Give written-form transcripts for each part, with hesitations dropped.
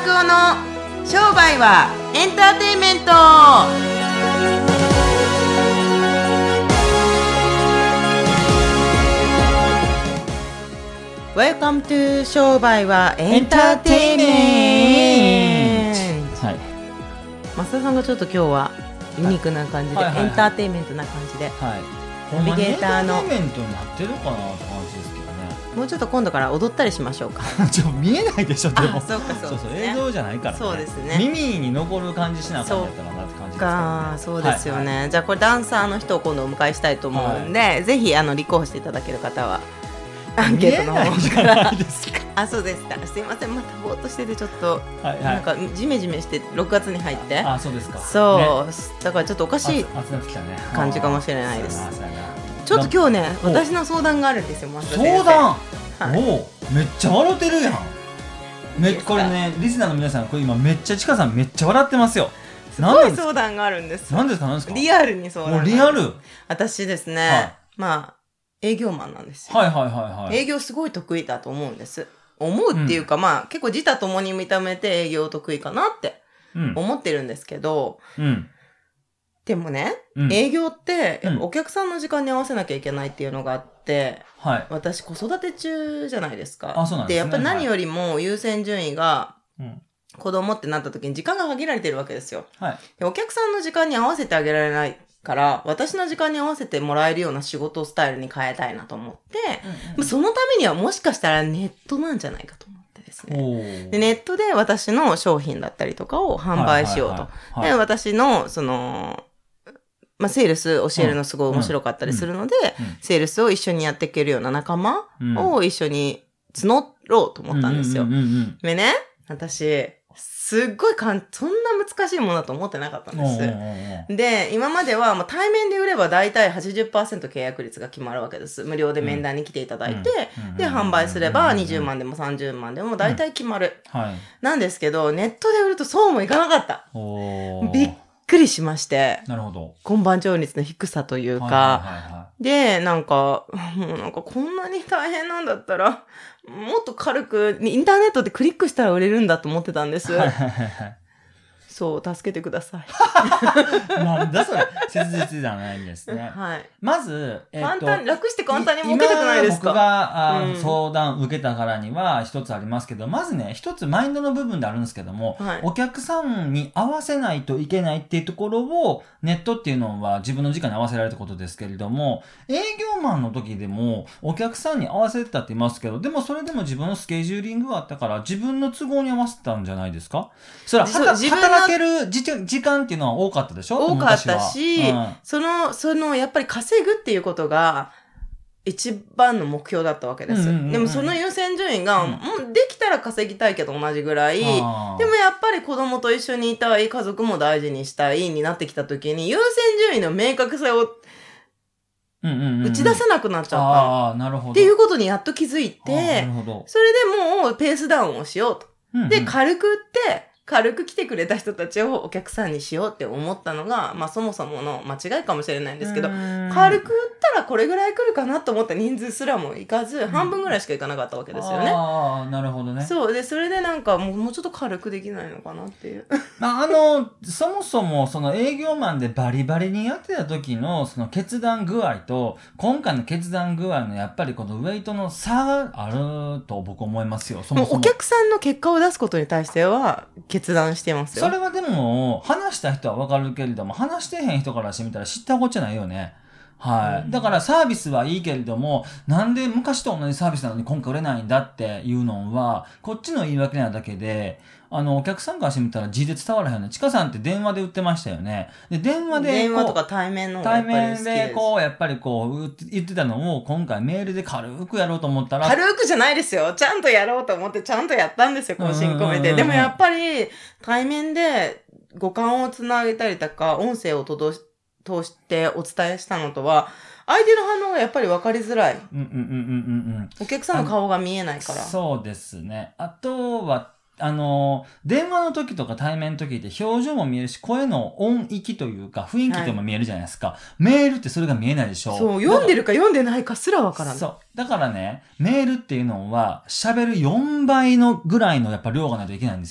拓夫の商売はエンターテインメント。Welcome to 商売はエンターテイメント。はい。増田さんがちょっと今日はユニークな感じで、エンターテイメントな感じで、ナビゲーターのエンターテイメントになってるかなって感じですけどね。 もうちょっと今度から踊ったりしましょうか。 見えないでしょ。でもそうかそうですね。 映像じゃないからね。 そうですね。 耳に残る感じしなかったらなって感じですからね。 そうですよね。じゃあこれダンサーの人を今度お迎えしたいと思うんで、ぜひ立候補していただける方はアンケートの方から。そうですか。すいません、またぼーっとしててちょっと、なんかジメジメして6月に入って。 そうですか。 そう、だからちょっとおかしい感じかもしれないです。ちょっと今日ね、私の相談があるんですよ。 相談。めっちゃ笑ってるやん。これね、リスナーの皆さん、これ今めっちゃちかさんめっちゃ笑ってますよ。 すごい相談があるんです。 何ですか。 リアルに相談。 もうリアル。 私ですね、営業マンなんですよ。営業すごい得意だと思うんです。思うっていうか、結構自他ともに認めて営業得意かなって思ってるんですけど、でもね、営業ってやっぱお客さんの時間に合わせなきゃいけないっていうのがあって、私子育て中じゃないですか。で、やっぱり何よりも優先順位が子供ってなった時に時間が限られてるわけですよ。で、お客さんの時間に合わせてあげられないから、私の時間に合わせてもらえるような仕事スタイルに変えたいなと思って、そのためにはもしかしたらネットなんじゃないかと思ってですね。で、ネットで私の商品だったりとかを販売しようと。で、私のセールス教えるのすごい面白かったりするので、セールスを一緒にやっていけるような仲間を一緒に募ろうと思ったんですよ。でね、私、すっごいそんな難しいものだと思ってなかったんです。で、今までは対面で売れば大体 80% 契約率が決まるわけです。無料で面談に来ていただいて、で、販売すれば20万でも30万でも大体決まる。なんですけど、ネットで売るとそうもいかなかった。びっくりしまして。なるほど。今晩調率の低さというか、で、もうこんなに大変なんだったら、もっと軽く、インターネットでクリックしたら売れるんだと思ってたんです。そう、助けてください。 なんだそれ。切実じゃないんですね。まず、 楽して簡単に儲けたくないですか？ 僕が相談受けたからには一つありますけど、まずね、一つマインドの部分であるんですけども、お客さんに合わせないといけないっていうところを、ネットっていうのは自分の時間に合わせられることですけれども、営業マンの時でもお客さんに合わせてたって言いますけど、でもそれでも自分のスケジューリングがあったから自分の都合に合わせたんじゃないですか？それは働ける時間っていうのは多かったでしょ？ 多かったし、やっぱり稼ぐっていうことが一番の目標だったわけです。でもその優先順位が、できたら稼ぎたいけど同じぐらい、でもやっぱり子供と一緒にいたい、家族も大事にしたいになってきた時に、優先順位の明確さを打ち出せなくなっちゃった。なるほど。っていうことにやっと気づいて、それでもうペースダウンをしようと。で、軽く来てくれた人たちをお客さんにしようって思ったのが、そもそもの間違いかもしれないんですけど、軽く売ったらこれぐらい来るかなと思った人数すらもいかず、半分ぐらいしかいかなかったわけですよね。 なるほどね。 そうで、それでもうちょっと軽くできないのかなっていう。 そもそもその営業マンでバリバリにやってた時のその決断具合と、今回の決断具合のやっぱりこのウェイトの差があると僕思いますよ。そもそも。 お客さんの結果を出すことに対しては、決断してますよ。 それはでも、話した人はわかるけれども、話してへん人からしてみたら知ったこっちゃないよね。だからサービスはいいけれども、なんで昔と同じサービスなのに今回売れないんだっていうのは、こっちの言い訳なだけで、お客さんからしてみたら字で伝わらへんよね。ちかさんって電話で売ってましたよね。で、電話とか対面の対面でやっぱり言ってたのを今回メールで軽くやろうと思ったら。 軽くじゃないですよ。ちゃんとやろうと思ってちゃんとやったんですよ、更新込めて。でもやっぱり対面で五感をつなげたりとか、音声を通してお伝えしたのとは、相手の反応がやっぱり分かりづらい。お客さんの顔が見えないから。 そうですね。あとは、電話の時とか対面の時って表情も見えるし、声の音域というか雰囲気でも見えるじゃないですか。メールってそれが見えないでしょ。 そう、読んでるか読んでないかすらわからない。 そう。だからね、メールっていうのは喋る4倍のぐらいのやっぱ量がないといけないんですよ。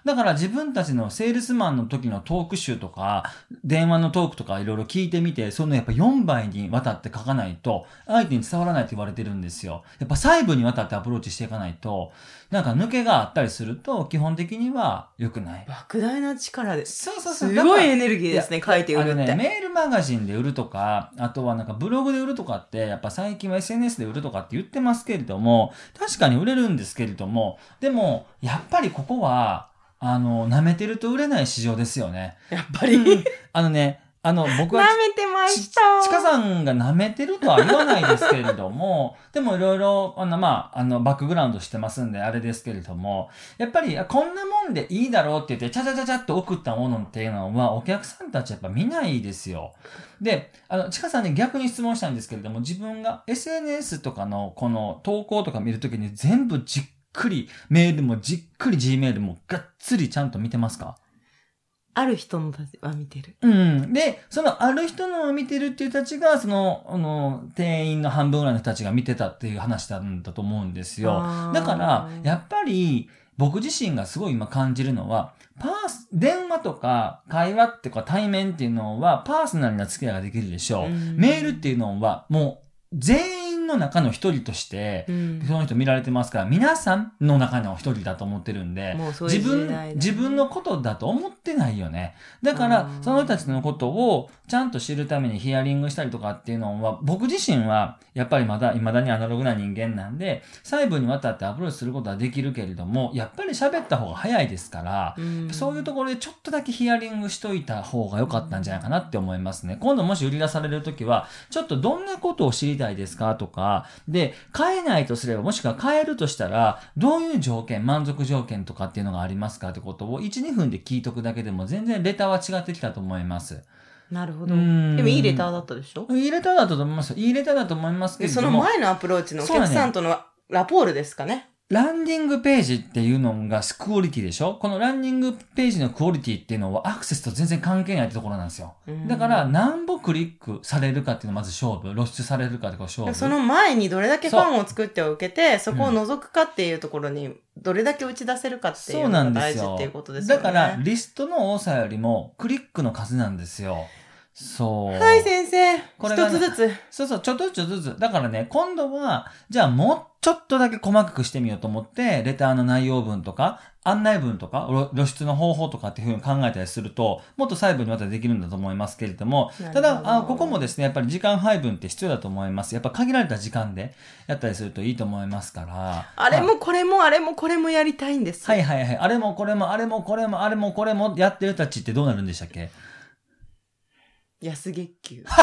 だから自分たちのセールスマンの時のトーク集とか、電話のトークとかいろいろ聞いてみて、そのやっぱ4倍にわたって書かないと、相手に伝わらないって言われてるんですよ。やっぱ細部にわたってアプローチしていかないと、なんか抜けがあったりすると、基本的には良くない。 莫大な力です。 そう。 すごいエネルギーですね、書いて売るって。 メールマガジンで売るとか、あとはなんかブログで売るとかって、やっぱ最近は SNS で売るとかって言ってますけれども、確かに売れるんですけれども、でも、やっぱりここは、舐めてると売れない市場ですよね。 やっぱり。 僕は、 舐めてました。 ちかさんが舐めてるとは言わないですけれども、でもいろいろ、バックグラウンドしてますんで、あれですけれども、やっぱり、こんなもんでいいだろうって言って、ちゃっと送ったものっていうのは、お客さんたちやっぱ見ないですよ。で、ちかさんに逆に質問したいんですけれども、自分が SNS とかの、この投稿とか見るときに全部じっくり、メールもじっくり Gmail もがっつりちゃんと見てますか？ ある人のは見てる。 うん。で、そのある人のを見てるっていう人たちが、店員の半分ぐらいの人たちが見てたっていう話なんだと思うんですよ。だから、やっぱり、僕自身がすごい今感じるのは、電話とか会話っていうか対面っていうのはパーソナルな付き合いができるでしょう。メールっていうのはもう全員の中の一人として、その人見られてますから、皆さんの中の一人だと思ってるんで、自分のことだと思ってないよね。だから、その人たちのことをちゃんと知るためにヒアリングしたりとかっていうのは、僕自身は、やっぱり未だにアナログな人間なんで、細部にわたってアプローチすることはできるけれども、やっぱり喋った方が早いですから、そういうところでちょっとだけヒアリングしといた方が良かったんじゃないかなって思いますね。今度もし売り出されるときは、ちょっとどんなことを知りたいですかとか、で、買えないとすれば、もしくは買えるとしたら、どういう条件、満足条件とかっていうのがありますかってことを1、2分で聞いとくだけでも全然レターは違ってきたと思います。 なるほど。でもいいレターだったでしょ？ いいレターだったと思います。いいレターだと思いますけれども。 その前のアプローチのお客さんとのラポールですかね。 ランディングページっていうのがクオリティでしょ？このランディングページのクオリティっていうのはアクセスと全然関係ないってところなんですよ。だから、何歩クリックされるかっていうのがまず勝負。露出されるかっていうのが勝負。 その前にどれだけファンを作っておけて、そこを除くかっていうところに、どれだけ打ち出せるかっていうのが大事っていうことですよね。 だから、リストの多さよりも、クリックの数なんですよ。そう。 はい、先生。これが、ね、一つずつ。 そう、ちょっとずつ。だからね、今度は、じゃあもうちょっとだけ細かくしてみようと思って、レターの内容文とか、案内文とか、露出の方法とかっていうふうに考えたりすると、もっと細部にわたりできるんだと思いますけれども、ただ、ここもですね、やっぱり時間配分って必要だと思います。やっぱ限られた時間でやったりするといいと思いますから。 あれもこれもあれもこれもやりたいんです。 はい。あれもこれもあれもこれもあれもこれもやってる人たちってどうなるんでしたっけ？ 安月給。もう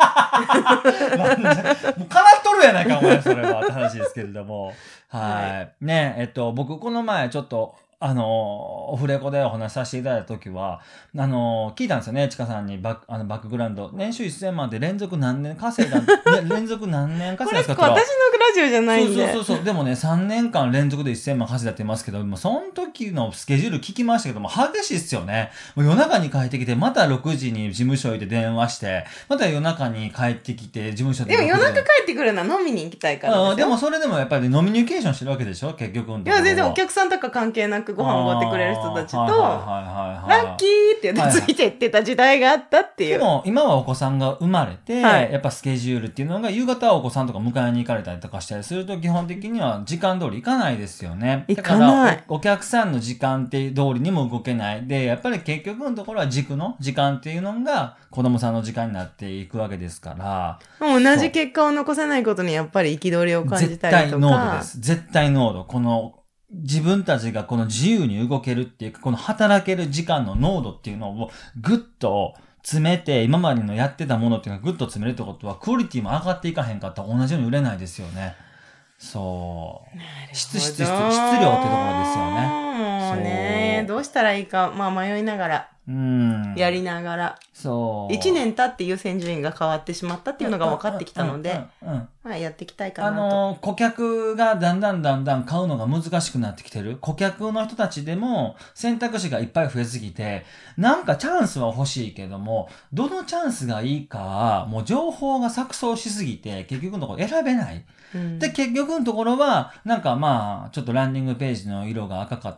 からっとるやないか、お前、それは、って話ですけれども。はい。ね、僕、この前、ちょっと、オフレコでお話しさせていただいたときは、聞いたんですよね、ちかさんにバックグラウンド。年収1000万で連続何年稼いだ、連続何年稼いだんですか？ これ私のラジオじゃないんで。 そう。でもね、3年間連続で1000万稼いだって言いますけど、その時のスケジュール聞きましたけども、激しいっすよね。もう夜中に帰ってきて、また6時に事務所行って電話して、また夜中に帰ってきて、事務所で。 でも夜中帰ってくるのは飲みに行きたいからでもそれでもやっぱりノミニケーションしてるわけでしょ？結局のところ。 いや、全然お客さんとか関係なくご飯おごってくれる人たちと、ラッキーって言ってついてってた時代があったっていう。 でも、今はお子さんが生まれて、やっぱスケジュールっていうのが、夕方はお子さんとか迎えに行かれたりとかしたりすると、基本的には時間通り行かないですよね。 行かない。 だから、お客さんの時間って通りにも動けない。で、やっぱり結局のところは軸の時間っていうのが、子供さんの時間になっていくわけですから。 同じ結果を残せないことにやっぱり憤りを感じたりとか。 絶対濃度です。絶対濃度。この、自分たちがこの自由に動けるっていうか、この働ける時間の濃度っていうのをぐっと詰めて、今までのやってたものっていうのをぐっと詰めるってことは、クオリティも上がっていかへんかったら同じように売れないですよね。そう。質量ってところですよね。 もうね、どうしたらいいか、迷いながら。やりながら。 そう。 1年経って優先順位が変わってしまったっていうのが分かってきたので、やっていきたいかなと。 顧客がだんだん買うのが難しくなってきてる。顧客の人たちでも選択肢がいっぱい増えすぎて、なんかチャンスは欲しいけども、どのチャンスがいいか、もう情報が錯綜しすぎて、結局のところ選べない。で、結局のところは、ちょっとランディングページの色が赤かった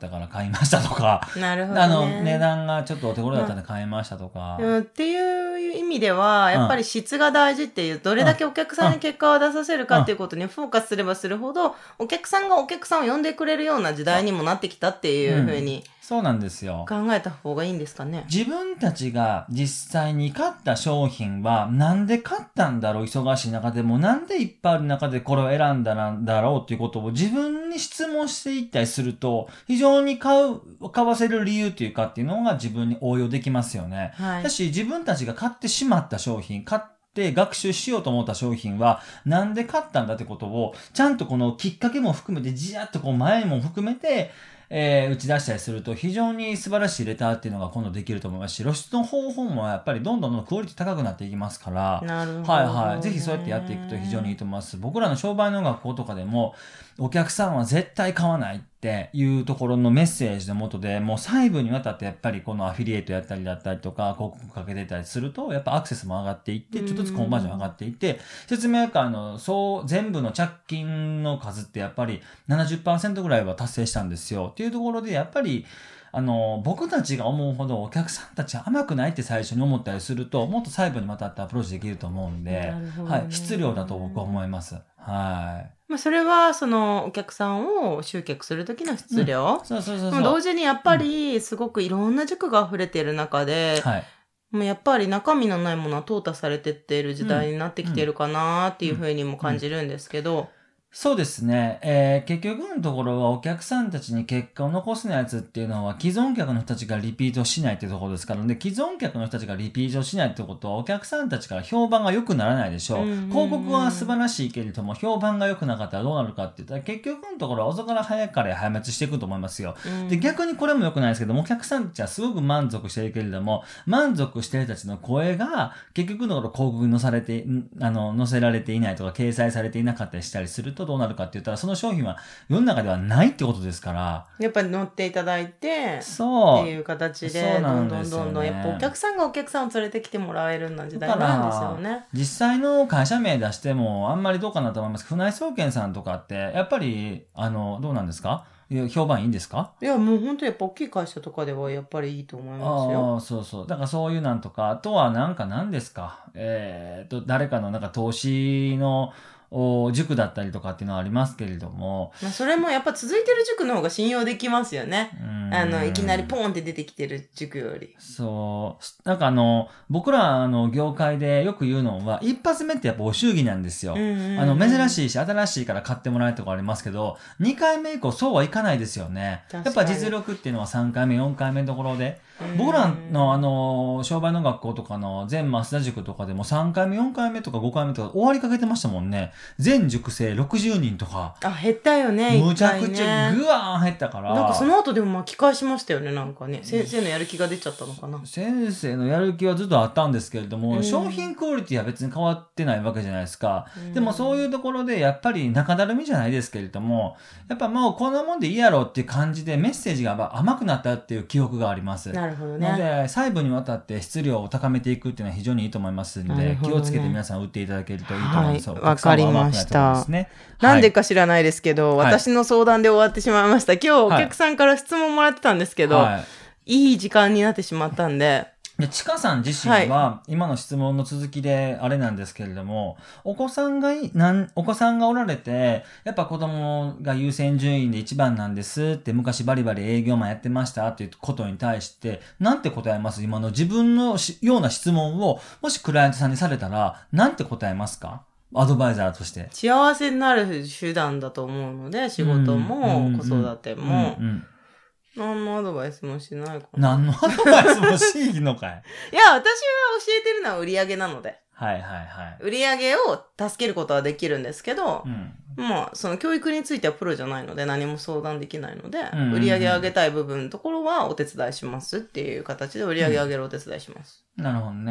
から買いましたとか、 なるほどね。 値段がちょっとお手頃だったんで買いましたとか。 っていう意味では、やっぱり質が大事っていう、どれだけお客さんに結果を出させるかっていうことにフォーカスすればするほど、お客さんがお客さんを呼んでくれるような時代にもなってきたっていうふうに、 そうなんですよ。 考えた方がいいんですかね。 自分たちが実際に買った商品は、なんで買ったんだろう、忙しい中でも、なんでいっぱいある中でこれを選んだんだろうっていうことを自分に質問していったりすると、非常に買わせる理由というかっていうのが自分に応用できますよね。 はい。 だし、自分たちが買ってしまった商品、買って学習しようと思った商品は、なんで買ったんだってことを、ちゃんとこのきっかけも含めて、じやっとこう前も含めて、打ち出したりすると非常に素晴らしいレターっていうのが今度できると思いますし、露出の方法もやっぱりどんどんクオリティ高くなっていきますから、 なるほど、ね。 はいはい。ぜひそうやってやっていくと非常にいいと思います。僕らの商売の学校とかでも、お客さんは絶対買わないっていうところのメッセージのもとで、もう細部にわたってやっぱりこのアフィリエイトやったりだったりとか、広告かけてたりすると、やっぱアクセスも上がっていって、ちょっとずつコンバージョン上がっていって、説明会の全部の着金の数ってやっぱり 70% ぐらいは達成したんですよ。っていうところで、やっぱり、僕たちが思うほどお客さんたちは甘くないって最初に思ったりすると、もっと細部にわたってアプローチできると思うんで、ね、はい、質量だと僕は思います。はい。 まあ、それは、お客さんを集客するときの質量。 そう。 同時にやっぱり、すごくいろんな塾が溢れている中で、 はい。 もうやっぱり中身のないものは淘汰されてっている時代になってきているかなっていうふうにも感じるんですけど、 そうですね。結局のところはお客さんたちに結果を残すのやつっていうのは既存客の人たちがリピートしないっていうところですからね。既存客の人たちがリピートしないってことはお客さんたちから評判が良くならないでしょう。広告は素晴らしいけれども評判が良くなかったらどうなるかって言ったら結局のところは遅から早かれ早滅していくと思いますよ。で、逆にこれも良くないですけどもお客さんたちはすごく満足してるけれども満足してる人たちの声が結局のところ広告に載せられていないとか掲載されていなかったりしたりするとどうなるかって言ったらその商品は世の中ではないってことですからやっぱり乗っていただいてそうっていう形でどんどんやっぱお客さんがお客さんを連れてきてもらえるような時代なんですよね。 実際の会社名出してもあんまりどうかなと思います。船井総研さんとかってやっぱりどうなんですか？評判いいんですか？ いやもう本当やっぱ大きい会社とかではやっぱりいいと思いますよ。 そうだからそういうなんとかあとはなんか何ですか誰かのなんか投資の塾だったりとかっていうのはありますけれども。 まあ、それもやっぱ続いてる塾の方が信用できますよね。いきなりポーンって出てきてる塾より。 そう。なんか僕ら業界でよく言うのは、一発目ってやっぱお祝儀なんですよ。珍しいし、新しいから買ってもらえるとこありますけど、2回目以降そうはいかないですよね。やっぱ実力っていうのは3回目、4回目のところで。僕らの商売の学校とかの全増田塾とかでも3回目、4回目とか5回目とか終わりかけてましたもんね。全塾生60人とか。 減ったよね。 むちゃくちゃぐわー減ったから。 なんかその後でも巻き返しましたよね、なんかね。先生のやる気が出ちゃったのかな。 先生のやる気はずっとあったんですけれども、商品クオリティは別に変わってないわけじゃないですか。でもそういうところでやっぱり中だるみじゃないですけれども、やっぱもうこんなもんでいいやろっていう感じでメッセージが甘くなったっていう記憶があります。 なるほどね。 ので、細部にわたって質量を高めていくっていうのは非常にいいと思いますので、気をつけて皆さん打っていただけるといいと思います。 わかりました。なんでか知らないですけど、私の相談で終わってしまいました。今日お客さんから質問もらってたんですけど、いい時間になってしまったんで。 で、ちかさん自身は、今の質問の続きであれなんですけれども、お子さんがおられて、やっぱ子供が優先順位で一番なんですって昔バリバリ営業マンやってましたっていうことに対して、なんて答えます？今の自分のような質問を、もしクライアントさんにされたら、なんて答えますか？アドバイザーとして。 幸せになる手段だと思うので、仕事も子育ても。何のアドバイスもしないかな。 何のアドバイスもしいのかいいや、私は教えてるのは売り上げなので。 はい。 売り上げを助けることはできるんですけど、まあ、その教育についてはプロじゃないので何も相談できないので、売り上げ上げたい部分のところはお手伝いしますっていう形で売り上げ上げるお手伝いします。 なるほどね。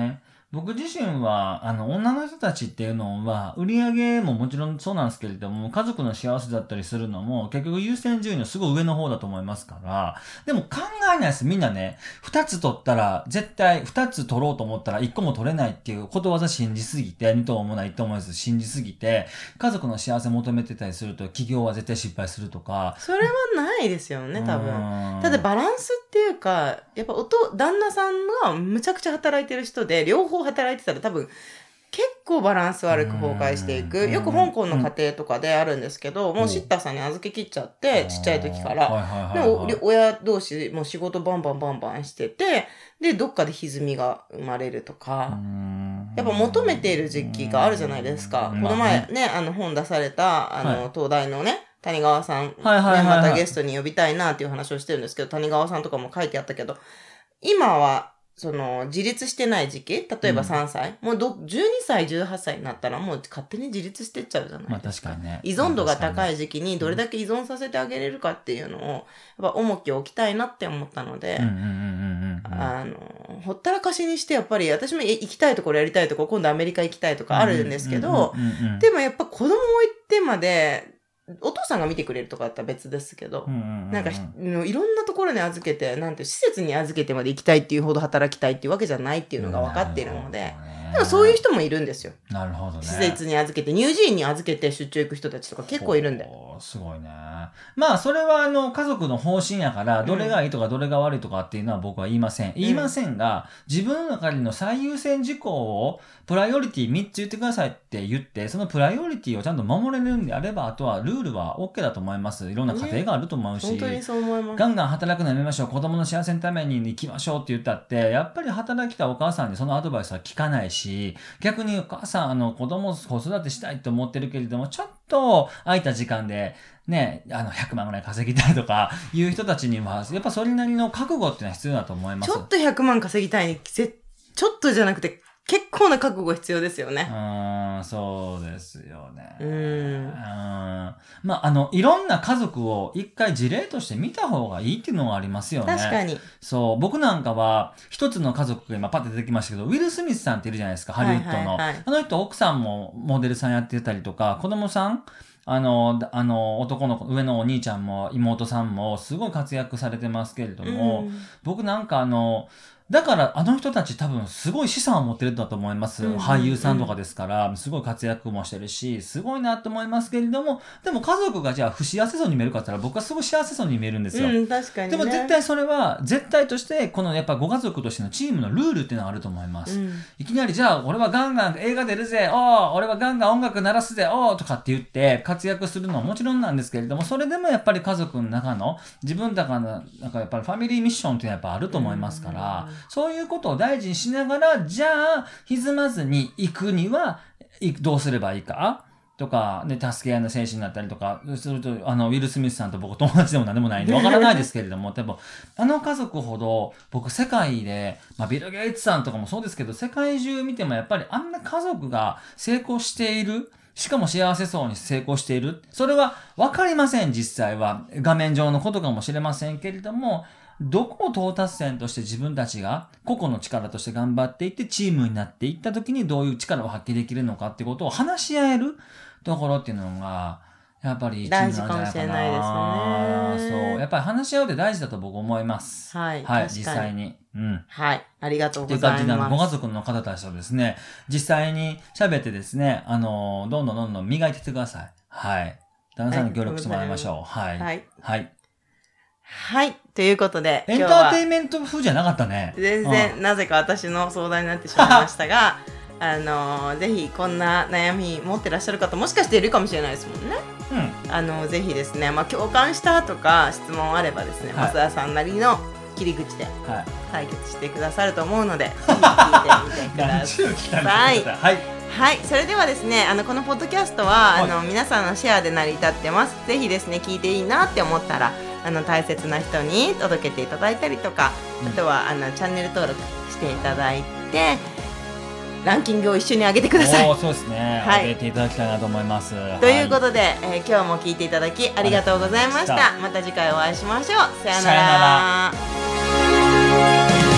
僕自身は、女の人たちっていうのは、売り上げももちろんそうなんですけれども、家族の幸せだったりするのも、結局優先順位のすごい上の方だと思いますから、でも考えないです。みんなね、2つ取ったら、絶対2つ取ろうと思ったら1個も取れないっていうことわざ信じすぎて、2等もない1等もないです信じすぎて、家族の幸せ求めてたりすると、企業は絶対失敗するとか。 それはないですよね、多分。ただバランスっていうか、やっぱ旦那さんがむちゃくちゃ働いてる人で、両方働いてたら多分、結構バランス悪く崩壊していく。よく香港の家庭とかであるんですけど、もうシッターさんに預け切っちゃって、ちっちゃい時から。でも、親同士もう仕事バンバンしてて、で、どっかで歪みが生まれるとか、やっぱ求めている時期があるじゃないですか。この前ね、本出された、東大のね、谷川さん、またゲストに呼びたいなっていう話をしてるんですけど、谷川さんとかも書いてあったけど、今は、自立してない時期、例えば3歳、もう12歳、18歳になったらもう勝手に自立してっちゃうじゃないですか。 まあ確かにね。 依存度が高い時期にどれだけ依存させてあげれるかっていうのを、やっぱ重きを置きたいなって思ったので、ほったらかしにしてやっぱり私も行きたいところやりたいところ、今度アメリカ行きたいとかあるんですけど、でもやっぱ子供を行ってまで、お父さんが見てくれるとかだったら別ですけど、なんかいろんなところに預けて、なんて施設に預けてまで行きたいっていうほど働きたいっていうわけじゃないっていうのが分かっているので、でもそういう人もいるんですよ。 なるほどね。 施設に預けて、乳児院に預けて出張行く人たちとか結構いるんで。 すごいね。まあ、それは家族の方針やから、どれがいいとかどれが悪いとかっていうのは僕は言いません。言いませんが、自分の中での最優先事項を、プライオリティ3つ言ってくださいって言って、そのプライオリティをちゃんと守れるんであれば、あとはルールは OK だと思います。いろんな家庭があると思うし、 本当にそう思います。 ガンガン働くのやめましょう、子供の幸せのために行きましょうって言ったって、やっぱり働きたお母さんにそのアドバイスは聞かないし、逆にお母さん、子供を子育てしたいと思ってるけれども、ちょっと空いた時間で、ね、100万ぐらい稼ぎたいとかいう人たちには、やっぱそれなりの覚悟っていうのは必要だと思います。 ちょっと100万稼ぎたいに、ちょっとじゃなくて、結構な覚悟必要ですよね。 そうですよね。まあ、いろんな家族を一回事例として見た方がいいっていうのがありますよね。 確かに。 そう、僕なんかは、一つの家族が今パッと出てきましたけど、ウィル・スミスさんっているじゃないですか、ハリウッドの。あの人、奥さんもモデルさんやってたりとか、子供さん、男の子、上のお兄ちゃんも妹さんもすごい活躍されてますけれども、僕なんかだからあの人たち多分すごい資産を持ってるんだと思います。俳優さんとかですから、すごい活躍もしてるし、すごいなと思いますけれども、でも家族がじゃあ不幸せそうに見えるかって言ったら僕はすごい幸せそうに見えるんですよ。 確かにね。 でも絶対それは、絶対として、このやっぱご家族としてのチームのルールっていうのがあると思います。いきなりじゃあ俺はガンガン映画出るぜ、俺はガンガン音楽鳴らすぜ、とかって言って活躍するのはもちろんなんですけれども、それでもやっぱり家族の中の自分たちのなんかやっぱりファミリーミッションっていうのはやっぱあると思いますから、そういうことを大事にしながら、じゃあ、歪まずに行くには、どうすればいいかとか、ね、助け合いの精神になったりとか、すると、ウィル・スミスさんと僕友達でも何でもないんでわからないですけれども、でも、あの家族ほど、僕世界で、ビル・ゲイツさんとかもそうですけど、世界中見てもやっぱりあんな家族が成功している、しかも幸せそうに成功している。それは分かりません、実際は。画面上のことかもしれませんけれども、どこを到達点として自分たちが個々の力として頑張っていってチームになっていった時にどういう力を発揮できるのかってことを話し合えるところっていうのが、やっぱり大事かもしれないですね。 そう。やっぱり話し合うって大事だと僕思います。 はい。 はい、実際に。 はい。ありがとうございます。 という感じで、ご家族の方たちとですね、実際に喋ってですね、どんどん磨いていってください。はい。旦那さんに協力してもらいましょう。はい。はい。はい。 はい。ということで、 エンターテインメント風じゃなかったね。 全然、なぜか私の相談になってしまいましたが、ぜひこんな悩み持ってらっしゃる方もしかしているかもしれないですもんね。ぜひですね、共感したとか質問あればですね、増田さんなりの切り口で解決してくださると思うので、ぜひ聞いてみてください。はい、それではですね、このポッドキャストは、皆さんのシェアで成り立ってます。ぜひですね、聞いていいなって思ったら、大切な人に届けていただいたりとか、あとはチャンネル登録していただいて、ランキングを一緒に上げてください。 そうですね、上げていただきたいなと思います。 ということで、今日も聞いていただきありがとうございました。また次回お会いしましょう。さよなら。